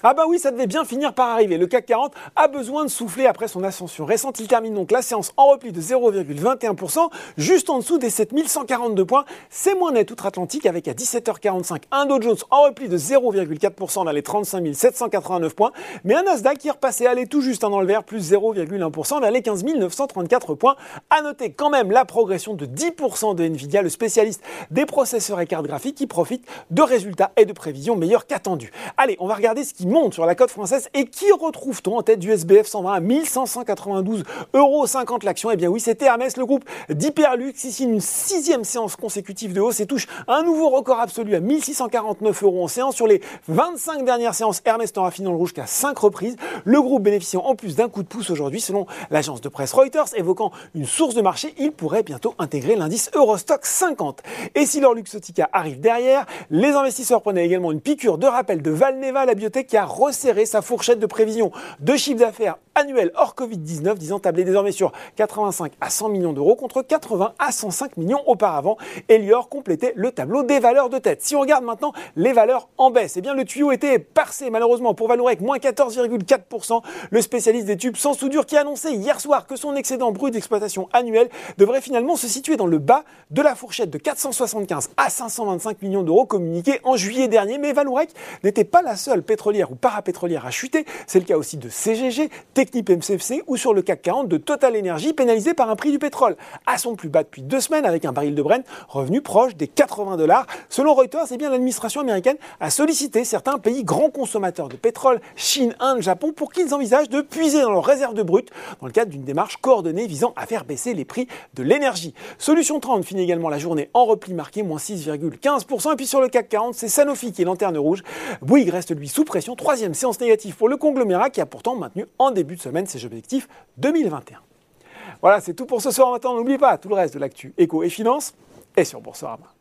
Ah bah oui, ça devait bien finir par arriver. Le CAC 40 a besoin de souffler après son ascension récente. Il termine donc la séance en repli de 0,21%, juste en dessous des 7142 points. C'est moins net outre-Atlantique avec à 17h45 un Dow Jones en repli de 0,4% dans les 35 789 points, mais un Nasdaq qui est repassé aller tout juste dans le vert, plus 0,1% vers les 15 934 points. À noter quand même la progression de 10% de Nvidia, le spécialiste des processeurs et cartes graphiques qui profite de résultats et de prévisions meilleurs qu'attendus. Allez, on va regarder ce qui monte sur la cote française et qui retrouve-t-on en tête du SBF 120 à 1592,50 € l'action. Eh bien oui, c'était Hermès, le groupe d'Hyperlux qui signe une 6e séance consécutive de hausse et touche un nouveau record absolu à 1649 € en séance. Sur les 25 dernières séances, Hermès n'aura fini dans le rouge qu'à 5 reprises. Le groupe bénéficiant en plus d'un coup de pouce aujourd'hui, selon l'agence de presse Reuters, évoquant une source de marché, il pourrait bientôt intégrer l'indice Eurostock 50. Et si leur Luxottica arrive derrière, les investisseurs prenaient également une piqûre de rappel de Valneva, la biotech qui a resserré sa fourchette de prévision de chiffre d'affaires annuel hors Covid-19, disant tabler désormais sur 85 à 100 millions d'euros contre 80 à 105 millions auparavant. Elior complétait le tableau des valeurs de tête. Si on regarde maintenant les valeurs en baisse, eh bien le tuyau était percé malheureusement pour Vallourec, moins 14,4%. Le spécialiste des tubes sans soudure qui a annoncé hier soir que son excédent brut d'exploitation annuel devrait finalement se situer dans le bas de la fourchette de 475 à 525 millions d'euros communiquée en juillet dernier. Mais Vallourec n'était pas la seule pétrolière ou parapétrolière à chuter. C'est le cas aussi de CGG, Technip MCFC ou sur le CAC 40 de Total Energy, pénalisé par un prix du pétrole à son plus bas depuis 2 semaines avec un baril de Brent revenu proche des 80 $. Selon Reuters, eh bien, l'administration américaine a sollicité certains pays grands consommateurs de pétrole, Chine, Inde, Japon, pour qu'ils envisagent de puiser dans leurs réserves de brut dans le cadre d'une démarche coordonnée visant à faire baisser les prix de l'énergie. Solution 30 finit également la journée en repli marqué, moins 6,15%. Et puis sur le CAC 40, c'est Sanofi qui est lanterne rouge. Bouygues reste lui sous pression. 3e séance négative pour le conglomérat qui a pourtant maintenu en début de semaine ses objectifs 2021. Voilà, c'est tout pour ce soir. Maintenant, n'oubliez pas, tout le reste de l'actu éco et finance est sur Boursorama.